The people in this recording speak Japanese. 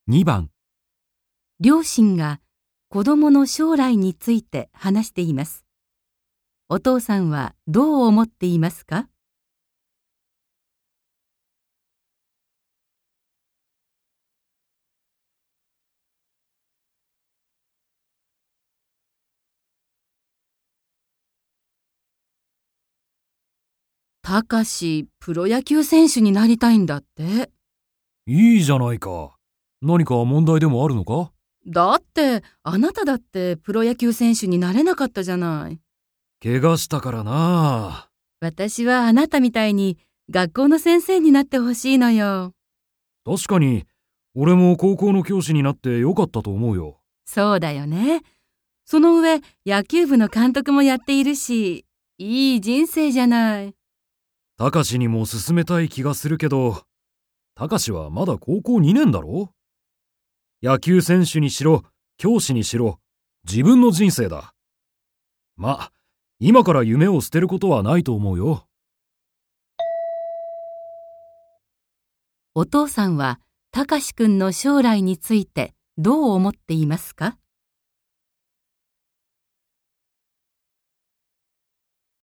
2番、 両親が子供の将来について話しています。お父さんはどう思っていますか？たかし、プロ野球選手になりたいんだって。 いいじゃないか。何か問題でもあるのか？ だって、あなただってプロ野球選手になれなかったじゃない。 怪我したからな。 私はあなたみたいに学校の先生になってほしいのよ。 確かに、俺も高校の教師になってよかったと思うよ。 そうだよね。その上、野球部の監督もやっているし、いい人生じゃない。 たかしにも勧めたい気がするけど、たかしはまだ高校2年だろ？野球選手にしろ、教師にしろ、自分の人生だ。ま、今から夢を捨てることはないと思うよ。 お父さんはたかしくんの将来についてどう思っていますか？